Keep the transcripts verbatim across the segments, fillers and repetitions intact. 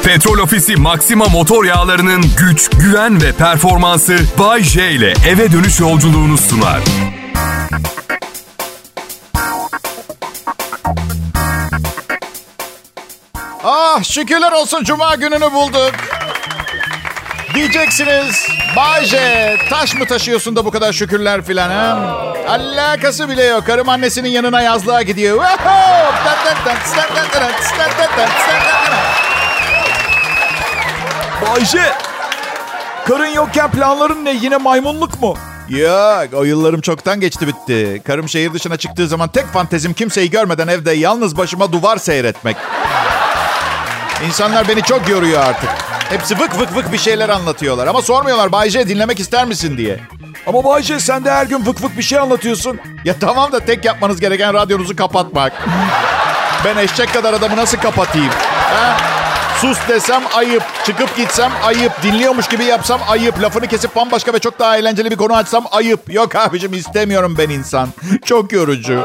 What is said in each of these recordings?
Petrol Ofisi Maxima motor yağlarının güç, güven ve performansı Bay J ile eve dönüş yolculuğunu sunar. Ah, şükürler olsun Cuma gününü bulduk. Diyeceksiniz, Bay J, taş mı taşıyorsun da bu kadar şükürler filan ha? Alakası bile yok. Karım annesinin yanına yazlığa gidiyor. Bay J, karın yokken planların ne? Yine maymunluk mu? Yok, o yıllarım çoktan geçti bitti. Karım şehir dışına çıktığı zaman tek fantezim kimseyi görmeden evde yalnız başıma duvar seyretmek. İnsanlar beni çok yoruyor artık. Hepsi vık vık vık bir şeyler anlatıyorlar. Ama sormuyorlar Bay J, dinlemek ister misin diye. Ama Bay J, sen de her gün vık vık bir şey anlatıyorsun. Ya tamam da tek yapmanız gereken radyonuzu kapatmak. Ben eşek kadar adamı nasıl kapatayım? Ha? Sus desem ayıp. Çıkıp gitsem ayıp. Dinliyormuş gibi yapsam ayıp. Lafını kesip bambaşka ve çok daha eğlenceli bir konu açsam ayıp. Yok abicim, istemiyorum ben insan. Çok yorucu.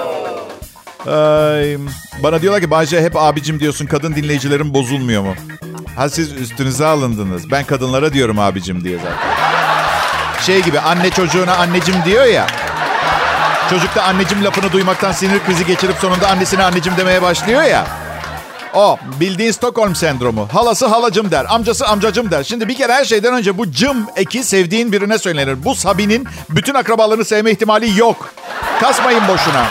Ay, bana diyorlar ki Bay J, hep abicim diyorsun, kadın dinleyicilerin bozulmuyor mu? Ha, siz üstünüze alındınız. Ben kadınlara diyorum abicim diye zaten. Şey gibi, anne çocuğuna annecim diyor ya. Çocuk da annecim lafını duymaktan sinir krizi geçirip sonunda annesine annecim demeye başlıyor ya. O bildiğin Stockholm sendromu. Halası halacım der, amcası amcacım der. Şimdi bir kere her şeyden önce bu cım eki sevdiğin birine söylenir. Bu Sabi'nin bütün akrabalarını sevme ihtimali yok. Kasmayın boşuna.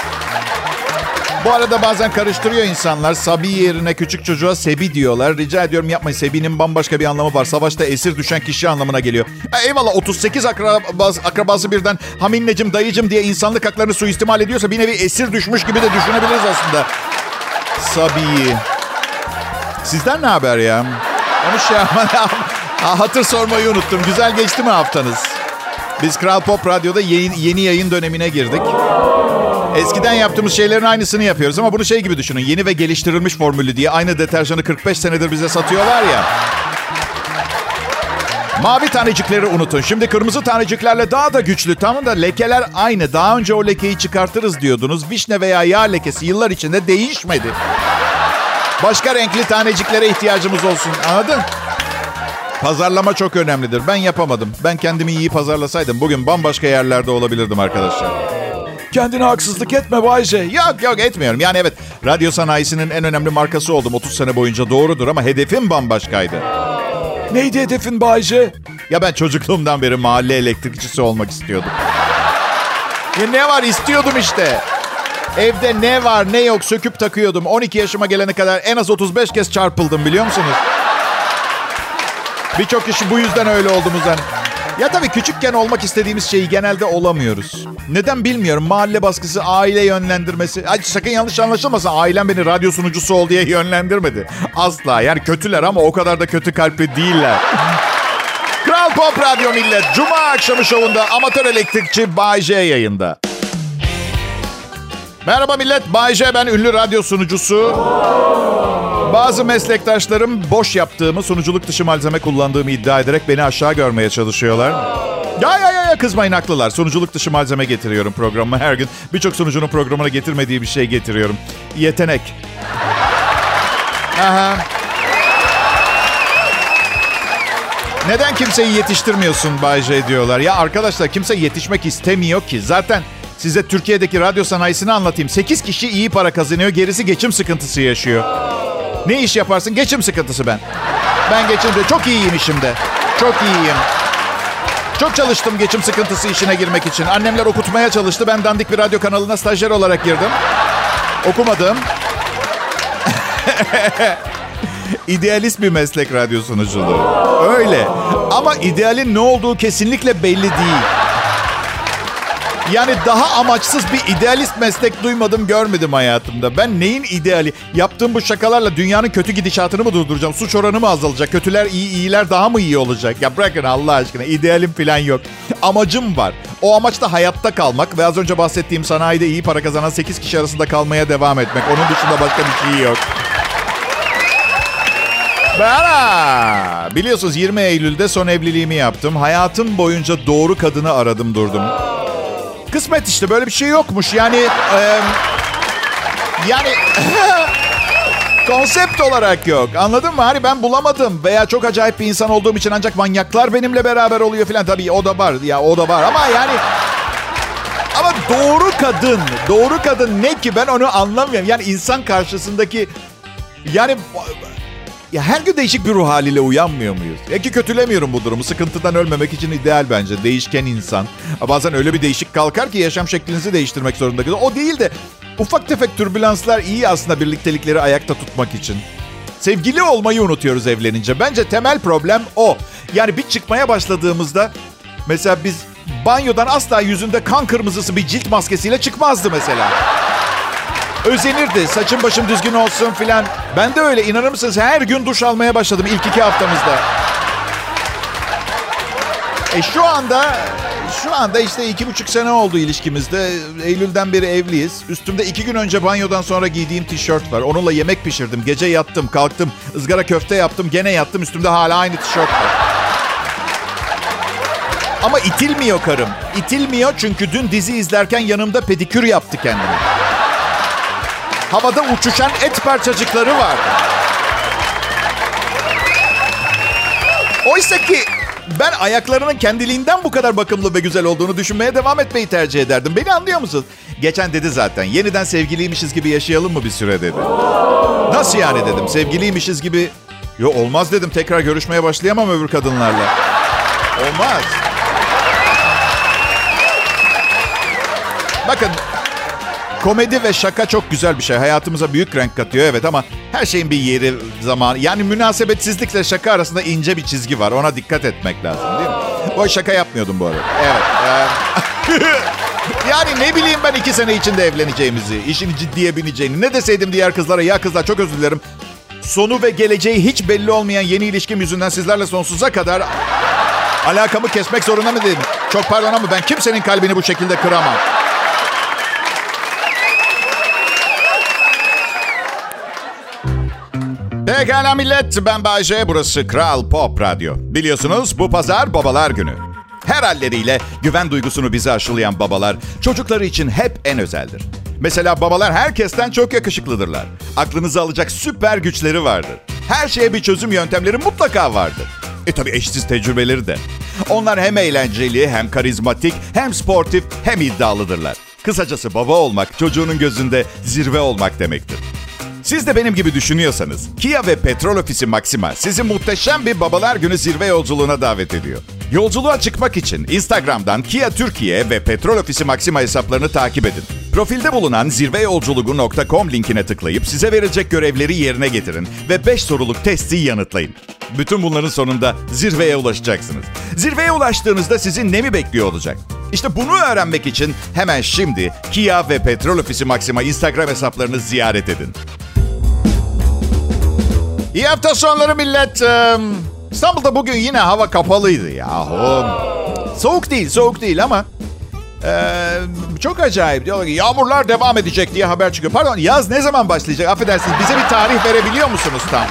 Bu arada bazen karıştırıyor insanlar. Sabi yerine küçük çocuğa Sebi diyorlar. Rica ediyorum yapmayın. Sebi'nin bambaşka bir anlamı var. Savaşta esir düşen kişi anlamına geliyor. Ha, eyvallah, otuz sekiz akrabası, akrabası birden haminnecim, dayıcım diye insanlık haklarını suistimal ediyorsa bir nevi esir düşmüş gibi de düşünebiliriz aslında. Sabi'yi. Sizden ne haber ya? Onu şey hatır sormayı unuttum. Güzel geçti mi haftanız? Biz Kral Pop Radyo'da yeni, yeni yayın dönemine girdik. Eskiden yaptığımız şeylerin aynısını yapıyoruz ama bunu şey gibi düşünün. Yeni ve geliştirilmiş formülü diye aynı deterjanı kırk beş senedir bize satıyorlar ya. Mavi tanecikleri unutun. Şimdi kırmızı taneciklerle daha da güçlü. Tamam da lekeler aynı. Daha önce o lekeyi çıkartırız diyordunuz. Vişne veya yağ lekesi yıllar içinde değişmedi. Başka renkli taneciklere ihtiyacımız olsun. Anladın? Pazarlama çok önemlidir. Ben yapamadım. Ben kendimi iyi pazarlasaydım bugün bambaşka yerlerde olabilirdim arkadaşlar. Kendine haksızlık etme Bay J. Yok yok etmiyorum. Yani evet, radyo sanayisinin en önemli markası oldum otuz sene boyunca, doğrudur ama hedefim bambaşkaydı. Neydi hedefin Bay J? Ya ben çocukluğumdan beri mahalle elektrikçisi olmak istiyordum. Ya ne var, istiyordum işte. Evde ne var ne yok söküp takıyordum. on iki yaşıma gelene kadar en az otuz beş kez çarpıldım, biliyor musunuz? Birçok kişi bu yüzden öyle olduğumuz hani. Ya tabii küçükken olmak istediğimiz şeyi genelde olamıyoruz. Neden bilmiyorum. Mahalle baskısı, aile yönlendirmesi. Ay, sakın yanlış anlaşılmasın. Ailem beni radyo sunucusu ol diye yönlendirmedi. Asla. Yani kötüler ama o kadar da kötü kalpli değiller. Kral Pop Radyo millet. Cuma akşamı şovunda amatör elektrikçi Bay J yayında. Merhaba millet. Bay J, ben ünlü radyo sunucusu. Bazı meslektaşlarım boş yaptığımı, sunuculuk dışı malzeme kullandığımı iddia ederek beni aşağı görmeye çalışıyorlar. Ya ya ya kızmayın, haklılar. Sunuculuk dışı malzeme getiriyorum programıma her gün. Birçok sunucunun programına getirmediği bir şey getiriyorum. Yetenek. Aha. Neden kimseyi yetiştirmiyorsun Bay J diyorlar. Ya arkadaşlar, kimse yetişmek istemiyor ki. Zaten size Türkiye'deki radyo sanayisini anlatayım. sekiz kişi iyi para kazanıyor, gerisi geçim sıkıntısı yaşıyor. Ne iş yaparsın? Geçim sıkıntısı ben. Ben geçimde çok iyiyim işimde. Çok iyiyim. Çok çalıştım geçim sıkıntısı işine girmek için. Annemler okutmaya çalıştı. Ben dandik bir radyo kanalına stajyer olarak girdim. Okumadım. İdealist bir meslek radyo sunuculuğu. Öyle. Ama idealin ne olduğu kesinlikle belli değil. Yani daha amaçsız bir idealist meslek duymadım, görmedim hayatımda. Ben neyin ideali? Yaptığım bu şakalarla dünyanın kötü gidişatını mı durduracağım? Suç oranı mı azalacak? Kötüler iyi, iyiler daha mı iyi olacak? Ya bırakın Allah aşkına. İdealim falan yok. Amacım var. O amaç da hayatta kalmak ve az önce bahsettiğim sanayide iyi para kazanan sekiz kişi arasında kalmaya devam etmek. Onun dışında başka bir şey yok. Bana. Biliyorsunuz yirmi Eylül'de son evliliğimi yaptım. Hayatım boyunca doğru kadını aradım durdum. Kısmet işte, böyle bir şey yokmuş. Yani e, yani Konsept olarak yok. Anladın mı? Hani ben bulamadım veya çok acayip bir insan olduğum için ancak manyaklar benimle beraber oluyor falan. Tabii o da var ya, o da var ama yani... Ama doğru kadın, doğru kadın ne ki ben onu anlamıyorum. Yani insan karşısındaki... Yani... Ya her gün değişik bir ruh haliyle uyanmıyor muyuz? Ya ki kötülemiyorum bu durumu. Sıkıntıdan ölmemek için ideal bence. Değişken insan. Bazen öyle bir değişik kalkar ki yaşam şeklinizi değiştirmek zorunda kalır. O değil de ufak tefek türbülanslar iyi aslında birliktelikleri ayakta tutmak için. Sevgili olmayı unutuyoruz evlenince. Bence temel problem o. Yani bir çıkmaya başladığımızda mesela biz banyodan asla yüzünde kan kırmızısı bir cilt maskesiyle çıkmazdı mesela. Özenirdi. Saçım başım düzgün olsun filan. Ben de öyle. İnanır mısınız? Her gün duş almaya başladım ilk iki haftamızda. E şu anda... Şu anda işte iki buçuk sene oldu ilişkimizde. Eylül'den beri evliyiz. Üstümde iki gün önce banyodan sonra giydiğim tişört var. Onunla yemek pişirdim. Gece yattım, kalktım. Izgara köfte yaptım. Gene yattım. Üstümde hala aynı tişört var. Ama itilmiyor karım. İtilmiyor çünkü dün dizi izlerken yanımda pedikür yaptı kendine. Havada uçuşan et parçacıkları var. Oysa ki ben ayaklarının kendiliğinden bu kadar bakımlı ve güzel olduğunu düşünmeye devam etmeyi tercih ederdim. Beni anlıyor musun? Geçen dedi zaten. Yeniden sevgiliymişiz gibi yaşayalım mı bir süre dedi. Nasıl yani dedim. Sevgiliymişiz gibi. Yo olmaz dedim. Tekrar görüşmeye başlayamam öbür kadınlarla. Olmaz. Bakın. Komedi ve şaka çok güzel bir şey. Hayatımıza büyük renk katıyor evet ama her şeyin bir yeri, zamanı. Yani münasebetsizlikle şaka arasında ince bir çizgi var. Ona dikkat etmek lazım değil mi? O şaka yapmıyordum bu arada. Evet. E... yani ne bileyim ben iki sene içinde evleneceğimizi, işin ciddiye bineceğini. Ne deseydim diğer kızlara, ya kızlar çok özür dilerim. Sonu ve geleceği hiç belli olmayan yeni ilişkim yüzünden sizlerle sonsuza kadar alakamı kesmek zorunda mı dedim? Çok pardon ama ben kimsenin kalbini bu şekilde kıramam. Pekala millet, ben Bay J, burası Kral Pop Radyo. Biliyorsunuz bu pazar babalar günü. Her halleriyle güven duygusunu bize aşılayan babalar çocukları için hep en özeldir. Mesela babalar herkesten çok yakışıklıdırlar. Aklınızı alacak süper güçleri vardır. Her şeye bir çözüm yöntemleri mutlaka vardır. E tabii eşsiz tecrübeleri de. Onlar hem eğlenceli, hem karizmatik, hem sportif, hem iddialıdırlar. Kısacası baba olmak çocuğunun gözünde zirve olmak demektir. Siz de benim gibi düşünüyorsanız Kia ve Petrol Ofisi Maxima sizi muhteşem bir babalar günü zirve yolculuğuna davet ediyor. Yolculuğa çıkmak için Instagram'dan Kia Türkiye ve Petrol Ofisi Maxima hesaplarını takip edin. Profilde bulunan zirve yolculuğu nokta com linkine tıklayıp size verecek görevleri yerine getirin ve beş soruluk testi yanıtlayın. Bütün bunların sonunda zirveye ulaşacaksınız. Zirveye ulaştığınızda sizi ne mi bekliyor olacak? İşte bunu öğrenmek için hemen şimdi Kia ve Petrol Ofisi Maxima Instagram hesaplarını ziyaret edin. İyi hafta sonları millet. İstanbul'da bugün yine hava kapalıydı yahu. Soğuk değil, soğuk değil ama e, çok acayip. Diyorlar ki yağmurlar devam edecek diye haber çıkıyor. Pardon, yaz ne zaman başlayacak? Affedersiniz, bize bir tarih verebiliyor musunuz tam?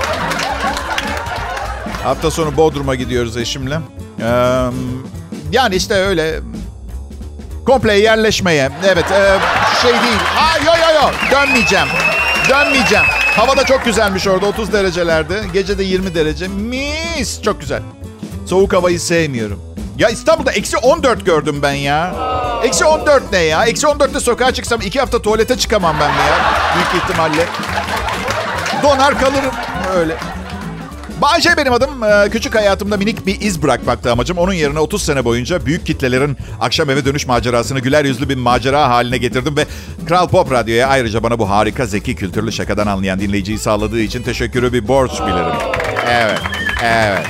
Hafta sonu Bodrum'a gidiyoruz eşimle. Ee, yani işte öyle komple yerleşmeye. Evet, e, şey değil. Aa, yo yo yo, dönmeyeceğim. Dönmeyeceğim. Hava da çok güzelmiş orada, otuz derecelerde. Gece de yirmi derece. Mis, çok güzel. Soğuk havayı sevmiyorum. Ya İstanbul'da eksi on dört gördüm ben ya. Eksi on dört ne ya? Eksi on dörtte sokağa çıksam iki hafta tuvalete çıkamam ben mi ya? Büyük ihtimalle. Donar kalırım öyle. Bay J benim adım. Küçük hayatımda minik bir iz bırakmaktı amacım. Onun yerine otuz sene boyunca büyük kitlelerin akşam eve dönüş macerasını güler yüzlü bir macera haline getirdim ve Kral Pop Radyo'ya ayrıca bana bu harika, zeki, kültürlü şakadan anlayan dinleyiciyi sağladığı için teşekkürü bir borç bilirim. Evet, evet.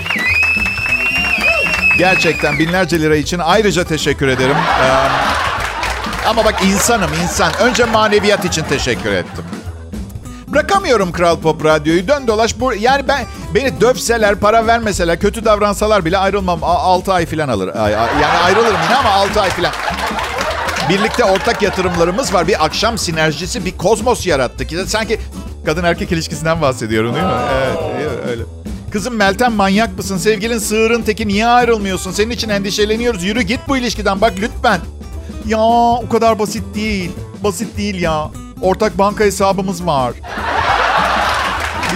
Gerçekten binlerce lira için ayrıca teşekkür ederim. Ee, ama bak insanım insan. Önce maneviyat için teşekkür ettim. Bırakamıyorum Kral Pop Radyo'yu. Dön dolaş. Bu, yani ben beni dövseler, para vermeseler, kötü davransalar bile ayrılmam. altı ay falan alır. Yani ayrılırım yine ama altı ay falan. Birlikte ortak yatırımlarımız var. Bir akşam sinerjisi, bir kozmos yarattık. Sanki kadın erkek ilişkisinden bahsediyorum değil mi? Evet, öyle. Kızım Meltem, manyak mısın? Sevgilin sığırın teki, niye ayrılmıyorsun? Senin için endişeleniyoruz. Yürü git bu ilişkiden bak lütfen. Ya o kadar basit değil. Basit değil ya. Ortak banka hesabımız var.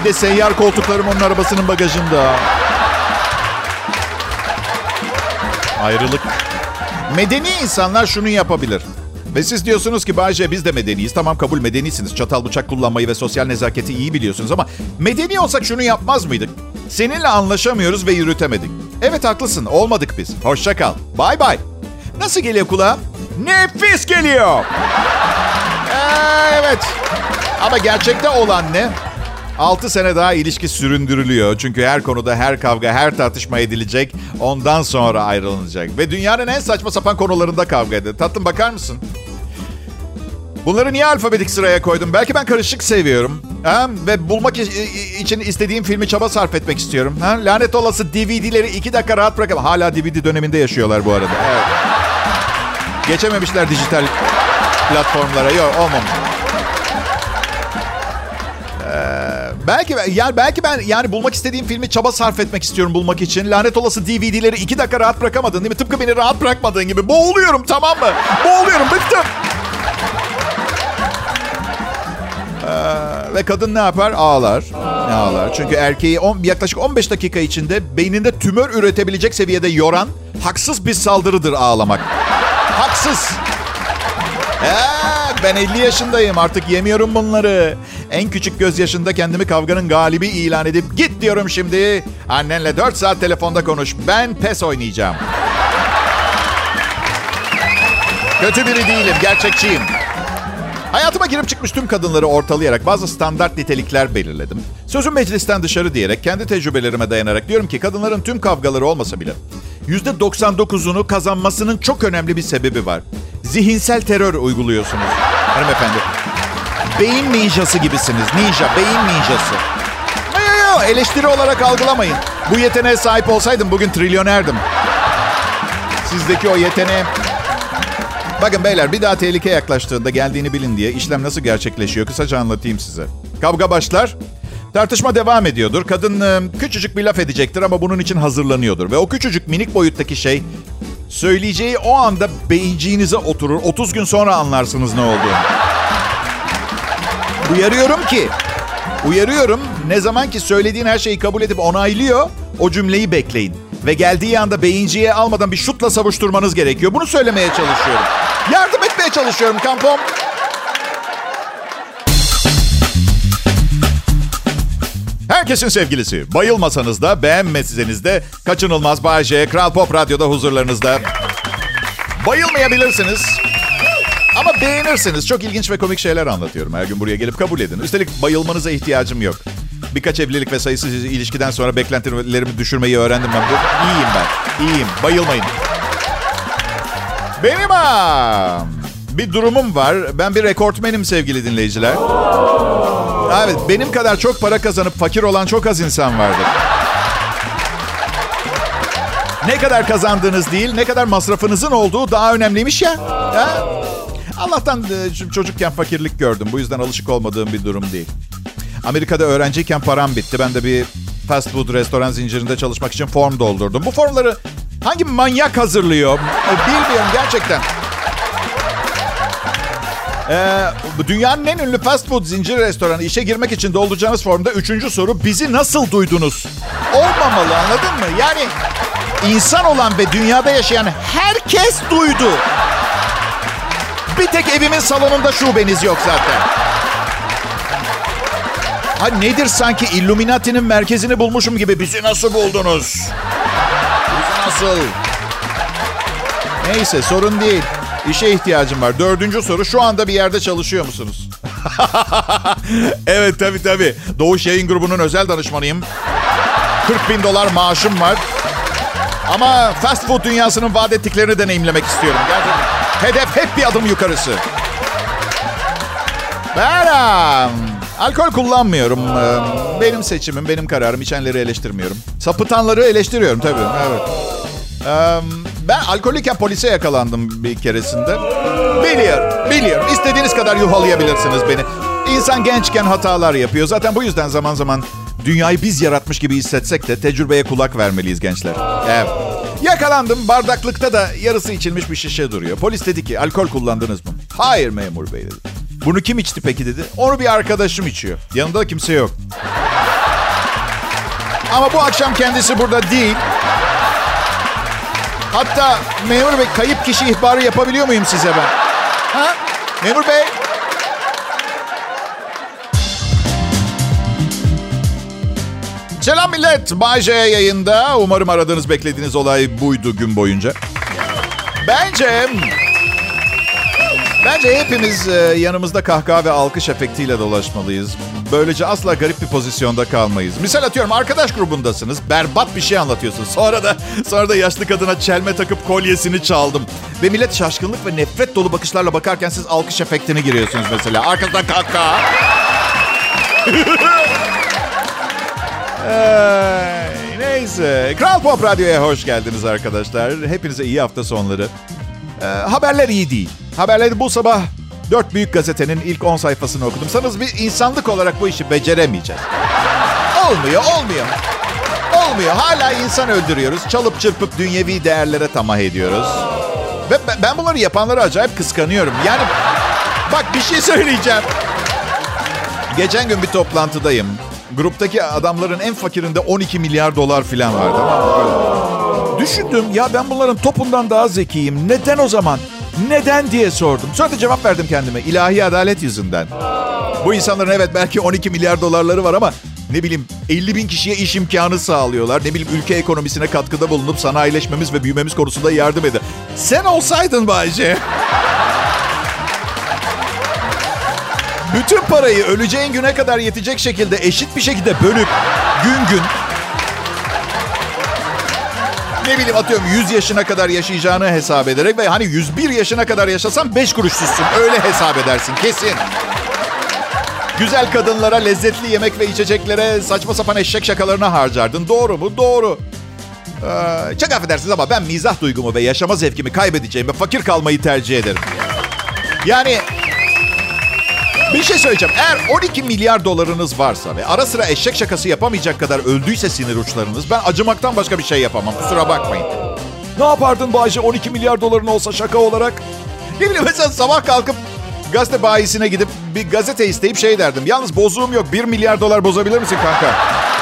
Bir de seyyar koltuklarım onun arabasının bagajında. Ayrılık. Medeni insanlar şunu yapabilir. Ve siz diyorsunuz ki Bay J, biz de medeniyiz. Tamam, kabul, medenisiniz. Çatal bıçak kullanmayı ve sosyal nezaketi iyi biliyorsunuz ama medeni olsak şunu yapmaz mıydık? Seninle anlaşamıyoruz ve yürütemedik. Evet, haklısın. Olmadık biz. Hoşça kal. Bay bay. Nasıl geliyor kulağa? Nefis geliyor. Ee, evet. Ama gerçekte olan ne? altı sene daha ilişki süründürülüyor. Çünkü her konuda, her kavga, her tartışma edilecek. Ondan sonra ayrılınacak. Ve dünyanın en saçma sapan konularında kavga edilir. Tatlım, bakar mısın? Bunları niye alfabetik sıraya koydum? Belki ben karışık seviyorum. Ha? Ve bulmak için istediğim filmi çaba sarf etmek istiyorum. Ha? Lanet olası D V D'leri iki dakika rahat bırakamam. Hala D V D döneminde yaşıyorlar bu arada. Evet. Geçememişler dijital platformlara. Yok, olmamış. Belki yani belki ben yani bulmak istediğim filmi çaba sarf etmek istiyorum bulmak için. Lanet olası D V D'leri iki dakika rahat bırakamadın değil mi? Tıpkı beni rahat bırakmadığın gibi. Boğuluyorum, tamam mı? Boğuluyorum, bıktım. Ee, ve kadın ne yapar? Ağlar. Ağlar. Çünkü erkeği on, yaklaşık on beş dakika içinde beyninde tümör üretebilecek seviyede yoran haksız bir saldırıdır ağlamak. Haksız. Ee, ben elli yaşındayım, artık yemiyorum bunları. En küçük gözyaşında kendimi kavganın galibi ilan edip git diyorum şimdi. Annenle dört saat telefonda konuş. Ben PES oynayacağım. Kötü biri değilim, gerçekçiyim. Hayatıma girip çıkmış tüm kadınları ortalayarak bazı standart nitelikler belirledim. Sözüm meclisten dışarı diyerek kendi tecrübelerime dayanarak diyorum ki kadınların tüm kavgaları olmasa bile yüzde doksan dokuzunu kazanmasının çok önemli bir sebebi var. Zihinsel terör uyguluyorsunuz hanımefendi. Beyin ninjası gibisiniz. Ninja, beyin ninjası. Yo, yo, yo, eleştiri olarak algılamayın. Bu yeteneğe sahip olsaydım bugün trilyonerdim. Sizdeki o yeteneğe... Bakın beyler, bir daha tehlike yaklaştığında geldiğini bilin diye işlem nasıl gerçekleşiyor kısaca anlatayım size. Kavga başlar. Tartışma devam ediyordur. Kadın küçücük bir laf edecektir ama bunun için hazırlanıyordur. Ve o küçücük minik boyuttaki şey söyleyeceği o anda beyinciğinize oturur. otuz gün sonra anlarsınız ne olduğunu. Uyarıyorum ki, uyarıyorum ne zaman ki söylediğin her şeyi kabul edip onaylıyor, o cümleyi bekleyin. Ve geldiği anda beyinciye almadan bir şutla savuşturmanız gerekiyor. Bunu söylemeye çalışıyorum. Yardım etmeye çalışıyorum kampom. Herkesin sevgilisi. Bayılmasanız da, beğenmeseniz de kaçınılmaz Bay J, Kral Pop Radyo'da huzurlarınızda. Bayılmayabilirsiniz. Ama beğenirsiniz. Çok ilginç ve komik şeyler anlatıyorum. Her gün buraya gelip kabul edin. Üstelik bayılmanıza ihtiyacım yok. Birkaç evlilik ve sayısız ilişkiden sonra beklentilerimi düşürmeyi öğrendim ben. İyiyim ben. İyiyim. Bayılmayın. Benim ha, bir durumum var. Ben bir rekortmenim sevgili dinleyiciler. Evet, benim kadar çok para kazanıp fakir olan çok az insan vardır. Ne kadar kazandığınız değil, ne kadar masrafınızın olduğu daha önemliymiş ya. Ha? Allah'tan çocukken fakirlik gördüm. Bu yüzden alışık olmadığım bir durum değil. Amerika'da öğrenciyken param bitti. Ben de bir fast food restoran zincirinde çalışmak için form doldurdum. Bu formları hangi manyak hazırlıyor? Bilmiyorum gerçekten. Ee, dünyanın en ünlü fast food zincir restoranı işe girmek için dolduracağınız formda üçüncü soru, bizi nasıl duydunuz? Olmamalı, anladın mı? Yani insan olan ve dünyada yaşayan herkes duydu. Bir tek evimin salonunda şubeniz yok zaten. Ha nedir sanki Illuminati'nin merkezini bulmuşum gibi, bizi nasıl buldunuz? Bizi nasıl? Neyse, sorun değil. İşe ihtiyacım var. Dördüncü soru, şu anda bir yerde çalışıyor musunuz? Evet, tabii tabii. Doğuş Yayın Grubu'nun özel danışmanıyım. kırk bin dolar maaşım var. Ama fast food dünyasının vaat ettiklerini deneyimlemek istiyorum. Gerçekten. Hedef hep bir adım yukarısı. Ben alkol kullanmıyorum. Benim seçimim, benim kararım. İçenleri eleştirmiyorum. Sapıtanları eleştiriyorum tabii. Evet. Ben alkollüyken polise yakalandım bir keresinde. Biliyorum, biliyorum. İstediğiniz kadar yuhalayabilirsiniz beni. İnsan gençken hatalar yapıyor. Zaten bu yüzden zaman zaman dünyayı biz yaratmış gibi hissetsek de tecrübeye kulak vermeliyiz gençler. Evet. Yakalandım. Bardaklıkta da yarısı içilmiş bir şişe duruyor. Polis dedi ki, alkol kullandınız mı? Hayır memur bey dedi. Bunu kim içti peki dedi. Onu bir arkadaşım içiyor. Yanında da kimse yok. Ama bu akşam kendisi burada değil. Hatta memur bey, kayıp kişi ihbarı yapabiliyor muyum size ben? Ha? Memur bey. Selam millet. Bay J yayında. Umarım aradığınız, beklediğiniz olay buydu gün boyunca. Bence... Bence hepimiz yanımızda kahkaha ve alkış efektiyle dolaşmalıyız. Böylece asla garip bir pozisyonda kalmayız. Misal atıyorum, arkadaş grubundasınız. Berbat bir şey anlatıyorsunuz. Sonra da sonra da yaşlı kadına çelme takıp kolyesini çaldım. Ve millet şaşkınlık ve nefret dolu bakışlarla bakarken siz alkış efektini giriyorsunuz mesela. Arkadan kahkaha. Ee, neyse. Kral Pop Radyo'ya hoş geldiniz arkadaşlar. Hepinize iyi hafta sonları. Ee, haberler iyi değil. Haberleri bu sabah dört büyük gazetenin ilk on sayfasını okudum. Sanırım bir insanlık olarak bu işi beceremeyeceğiz. Olmuyor, olmuyor. Olmuyor. Hala insan öldürüyoruz. Çalıp çırpıp dünyevi değerlere tamah ediyoruz. Ve ben bunları yapanları acayip kıskanıyorum. Yani bak, bir şey söyleyeceğim. Geçen gün bir toplantıdayım. Gruptaki adamların en fakirinde on iki milyar dolar falan var, tamam mı? Öyle. Düşündüm, ya ben bunların topundan daha zekiyim. Neden o zaman? Neden diye sordum. Sonra da cevap verdim kendime. İlahi adalet yüzünden. Bu insanların evet belki on iki milyar dolarları var ama ne bileyim elli bin kişiye iş imkanı sağlıyorlar. Ne bileyim ülke ekonomisine katkıda bulunup sanayileşmemiz ve büyümemiz konusunda yardım eder. Sen olsaydın Bayce. Bütün parayı öleceğin güne kadar yetecek şekilde eşit bir şekilde bölüp gün gün, ne bileyim atıyorum yüz yaşına kadar yaşayacağını hesap ederek ve hani yüz bir yaşına kadar yaşasan beş kuruşsuzsun. Öyle hesap edersin kesin. Güzel kadınlara, lezzetli yemek ve içeceklere, saçma sapan eşek şakalarına harcardın. Doğru mu? Doğru. Ee, çok affedersiniz ama ben mizah duygumu ve yaşama zevkimi kaybedeceğim ve fakir kalmayı tercih ederim. Yani bir şey söyleyeceğim. Eğer on iki milyar dolarınız varsa ve ara sıra eşek şakası yapamayacak kadar öldüyse sinir uçlarınız, ben acımaktan başka bir şey yapamam. Kusura bakmayın. Ne yapardın Bayce on iki milyar doların olsa şaka olarak? Ne bileyim, mesela sabah kalkıp gazete bayisine gidip bir gazete isteyip şey derdim. Yalnız bozuğum yok. bir milyar dolar bozabilir misin kanka?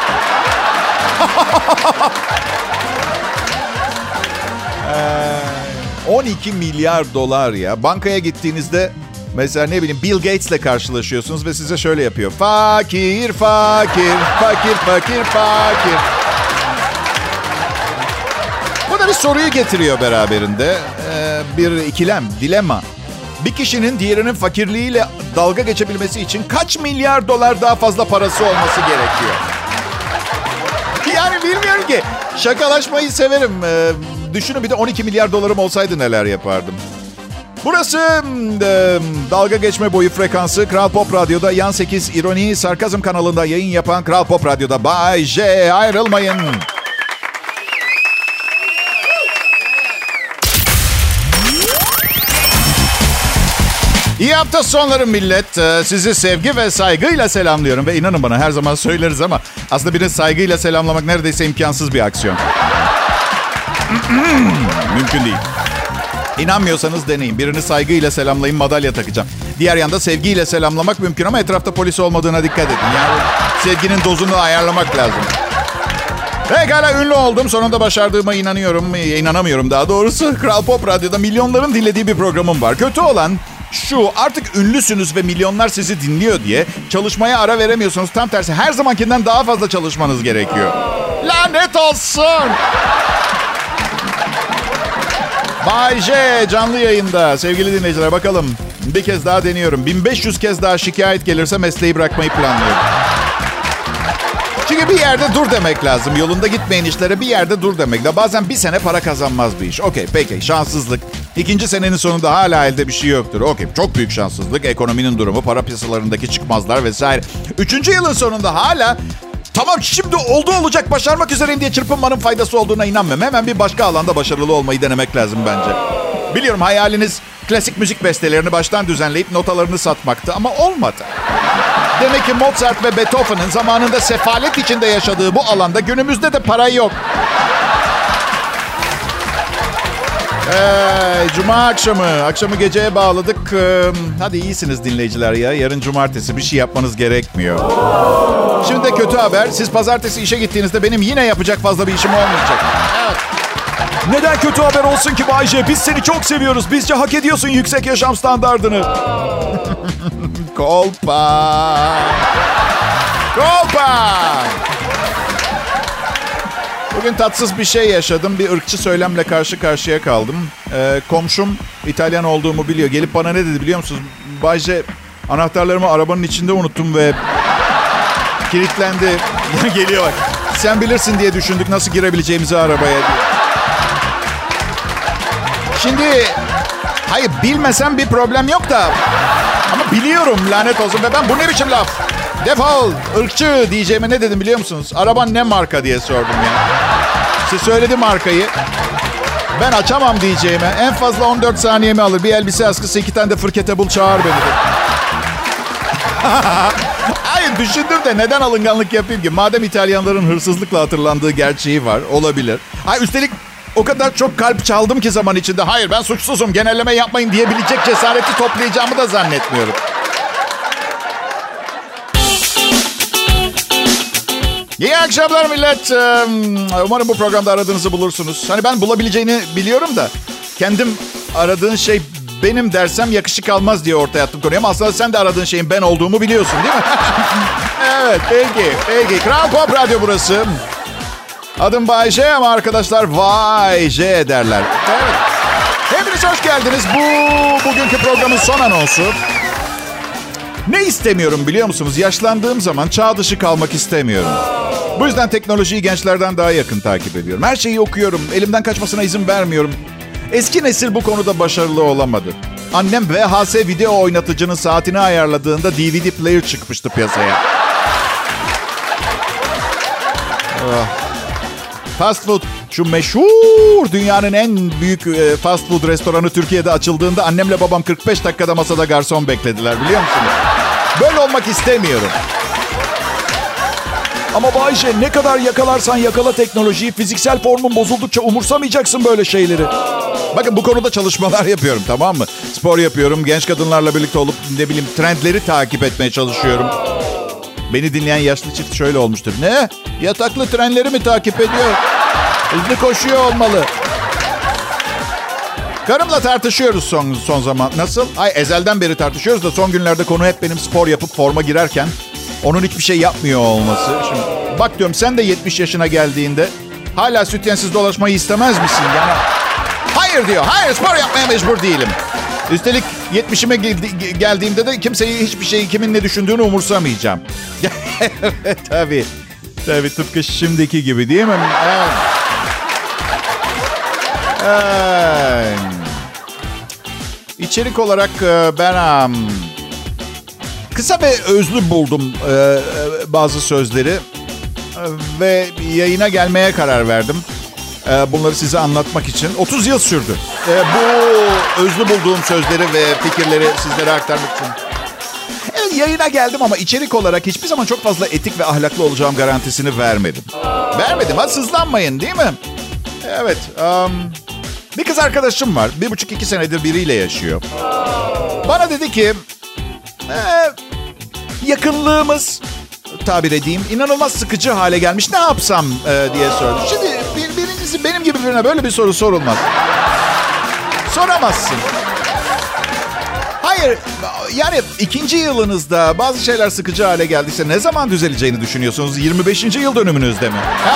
ee, on iki milyar dolar ya. Bankaya gittiğinizde mesela ne bileyim Bill Gates'le karşılaşıyorsunuz ve size şöyle yapıyor. Fakir, fakir, fakir, fakir, fakir. Bu da bir soruyu getiriyor beraberinde. Ee, bir ikilem, dilema. Bir kişinin diğerinin fakirliğiyle dalga geçebilmesi için kaç milyar dolar daha fazla parası olması gerekiyor? Yani bilmiyorum ki. Şakalaşmayı severim. Ee, düşünün bir de on iki milyar dolarım olsaydı neler yapardım. Burası e, dalga geçme boyu frekansı. Kral Pop Radyo'da Yan sekiz İroni Sarkazm kanalında yayın yapan Kral Pop Radyo'da Bay J. Ayrılmayın. İyi hafta sonları millet. Sizi sevgi ve saygıyla selamlıyorum. Ve inanın bana, her zaman söyleriz ama aslında birini saygıyla selamlamak neredeyse imkansız bir aksiyon. Mümkün değil. İnanmıyorsanız deneyin. Birini saygıyla selamlayın, madalya takacağım. Diğer yanda sevgiyle selamlamak mümkün ama etrafta polis olmadığına dikkat edin. Yani sevginin dozunu ayarlamak lazım. Pekala, ünlü oldum. Sonunda başardığıma inanıyorum. İnanamıyorum daha doğrusu. Kral Pop Radyo'da milyonların dinlediği bir programım var. Kötü olan şu: artık ünlüsünüz ve milyonlar sizi dinliyor diye çalışmaya ara veremiyorsunuz. Tam tersi, her zamankinden daha fazla çalışmanız gerekiyor. Lanet olsun. Bay J canlı yayında. Sevgili dinleyiciler, bakalım. Bir kez daha deniyorum. bin beş yüz kez daha şikayet gelirse mesleği bırakmayı planlıyorum. Çünkü bir yerde dur demek lazım. Yolunda gitmeyen işlere bir yerde dur demek lazım. Bazen bir sene para kazanmaz bir iş. Okey, peki, şanssızlık. İkinci senenin sonunda hala elde bir şey yoktur. Okey, çok büyük şanssızlık. Ekonominin durumu, para piyasalarındaki çıkmazlar vesaire. Üçüncü yılın sonunda hala tamam şimdi oldu olacak, başarmak üzereyim diye çırpınmanın faydası olduğuna inanmıyorum. Hemen bir başka alanda başarılı olmayı denemek lazım bence. Biliyorum hayaliniz klasik müzik bestelerini baştan düzenleyip notalarını satmaktı ama olmadı. Demek ki Mozart ve Beethoven'ın zamanında sefalet içinde yaşadığı bu alanda günümüzde de para yok. Ee, Cuma akşamı. Akşamı geceye bağladık. Ee, hadi iyisiniz dinleyiciler ya. Yarın cumartesi, bir şey yapmanız gerekmiyor. Şimdi de kötü haber. Siz pazartesi işe gittiğinizde benim yine yapacak fazla bir işim olmayacak. Evet. Neden kötü haber olsun ki Bay J? Biz seni çok seviyoruz. Bizce hak ediyorsun yüksek yaşam standardını. Kolpa. Kolpa. Bugün tatsız bir şey yaşadım. Bir ırkçı söylemle karşı karşıya kaldım. Ee, komşum İtalyan olduğumu biliyor. Gelip bana ne dedi biliyor musunuz? Bay J, anahtarlarımı arabanın içinde unuttum ve kilitlendi. Geliyor bak. Sen bilirsin diye düşündük nasıl girebileceğimizi arabaya diye. Şimdi hayır, bilmesem bir problem yok da ama biliyorum, lanet olsun. Ve ben bu ne biçim laf? Defol, ırkçı diyeceğime ne dedim biliyor musunuz? Araban ne marka diye sordum ya. Size söyledi markayı. Ben açamam diyeceğime en fazla on dört saniyemi alır. Bir elbise askısı, iki tane de fırketebul çağır beni de. Hayır, düşündüm de neden alınganlık yapayım ki? Madem İtalyanların hırsızlıkla hatırlandığı gerçeği var, olabilir. Hayır, üstelik o kadar çok kalp çaldım ki zaman içinde. Hayır, ben suçsuzum, genelleme yapmayın diyebilecek cesareti toplayacağımı da zannetmiyorum. İyi akşamlar millet. Umarım bu programda aradığınızı bulursunuz. Hani ben bulabileceğini biliyorum da kendim aradığın şey benim dersem yakışık almaz diye ortaya attım konuyu. Ama aslında sen de aradığın şeyin ben olduğumu biliyorsun değil mi? Evet, peki, peki. Kral Pop Radyo burası. Adım Bay J ama arkadaşlar Vay J derler. Evet. Hepiniz hoş geldiniz. Bu bugünkü programın son anonsu. Ne istemiyorum biliyor musunuz? Yaşlandığım zaman çağ dışı kalmak istemiyorum. Bu yüzden teknolojiyi gençlerden daha yakın takip ediyorum. Her şeyi okuyorum. Elimden kaçmasına izin vermiyorum. Eski nesil bu konuda başarılı olamadı. Annem V H S video oynatıcının saatini ayarladığında D V D player çıkmıştı piyasaya. Oh. Fast food. Şu meşhur dünyanın en büyük fast food restoranı Türkiye'de açıldığında annemle babam kırk beş dakikada masada garson beklediler, biliyor musunuz? Böyle olmak istemiyorum. Ama Bay J, ne kadar yakalarsan yakala teknolojiyi, fiziksel formun bozuldukça umursamayacaksın böyle şeyleri. Bakın, bu konuda çalışmalar yapıyorum, tamam mı? Spor yapıyorum, genç kadınlarla birlikte olup ne bileyim trendleri takip etmeye çalışıyorum. Beni dinleyen yaşlı çift şöyle olmuştur. Ne? Yataklı trenleri mi takip ediyor? Hızlı koşuyor olmalı. Karımla tartışıyoruz son, son zaman. Nasıl? Ay, ezelden beri tartışıyoruz da son günlerde konu hep benim spor yapıp forma girerken onun hiçbir şey yapmıyor olması. Şimdi bak diyorum, sen de yetmiş yaşına geldiğinde hala sütyensiz dolaşmayı istemez misin? Yani hayır diyor. Hayır, spor yapmaya mecbur değilim. Üstelik yetmişime geldiğimde de kimseyi, hiçbir şeyi kimin ne düşündüğünü umursamayacağım. Tabii. Tabii, tıpkı şimdiki gibi değil mi? Evet. Evet. İçerik olarak ben um, kısa ve özlü buldum e, bazı sözleri ve yayına gelmeye karar verdim. E, bunları size anlatmak için. otuz yıl sürdü. E, bu özlü bulduğum sözleri ve fikirleri sizlere aktarmak için. Evet, yayına geldim ama içerik olarak hiçbir zaman çok fazla etik ve ahlaklı olacağım garantisini vermedim. Vermedim. Ha, sızlanmayın değil mi? Evet. Um, bir kız arkadaşım var. Bir buçuk iki senedir biriyle yaşıyor. Bana dedi ki e, yakınlığımız, tabir edeyim, inanılmaz sıkıcı hale gelmiş. Ne yapsam e, diye sordu. Şimdi bir, birincisi, benim gibi birine böyle bir soru sorulmaz. Soramazsın. Hayır, yani ikinci yılınızda bazı şeyler sıkıcı hale geldiyse ne zaman düzeleceğini düşünüyorsunuz? yirmi beşinci yıl dönümünüzde mi? Ha?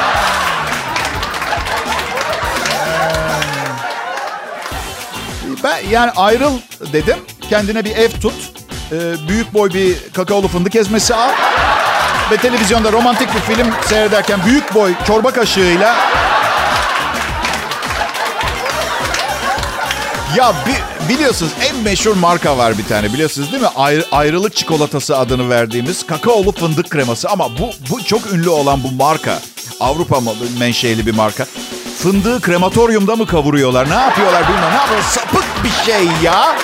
Ben yani ayrıl dedim. Kendine bir ev tut. Ee, büyük boy bir kakaolu fındık ezmesi al. Ve televizyonda romantik bir film seyrederken büyük boy çorba kaşığıyla... Ya bi- biliyorsunuz en meşhur marka var bir tane, biliyorsunuz değil mi? Ayrı- ayrılık çikolatası adını verdiğimiz kakaolu fındık kreması. Ama bu, bu çok ünlü olan bu marka, Avrupa menşeli bir marka. Fındığı krematoryumda mı kavuruyorlar? Ne yapıyorlar bilmiyorum. Ne yapıyorlar? Sapık bir şey ya.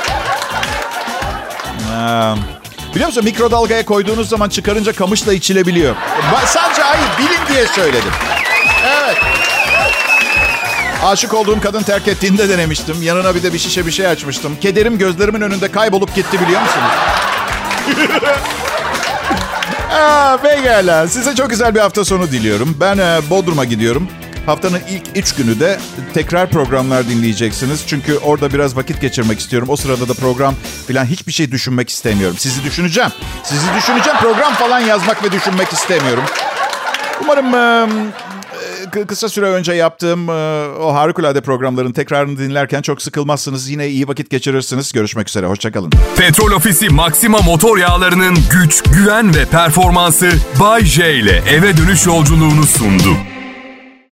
Ee, biliyor musun, mikrodalgaya koyduğunuz zaman çıkarınca kamışla içilebiliyor. Sadece hayır, bilin diye söyledim. Evet. Aşık olduğum kadın terk ettiğinde denemiştim. Yanına bir de bir şişe bir şey açmıştım. Kederim gözlerimin önünde kaybolup gitti, biliyor musunuz? Aa, pekala. Size çok güzel bir hafta sonu diliyorum. Ben e, Bodrum'a gidiyorum. Haftanın ilk üç günü de tekrar programlar dinleyeceksiniz. Çünkü orada biraz vakit geçirmek istiyorum. O sırada da program falan hiçbir şey düşünmek istemiyorum. Sizi düşüneceğim. Sizi düşüneceğim. Program falan yazmak ve düşünmek istemiyorum. Umarım e, kısa süre önce yaptığım e, o harikulade programların tekrarını dinlerken çok sıkılmazsınız. Yine iyi vakit geçirirsiniz. Görüşmek üzere. Hoşçakalın. Petrol Ofisi Maxima motor yağlarının güç, güven ve performansı Bay J ile eve dönüş yolculuğunu sundu.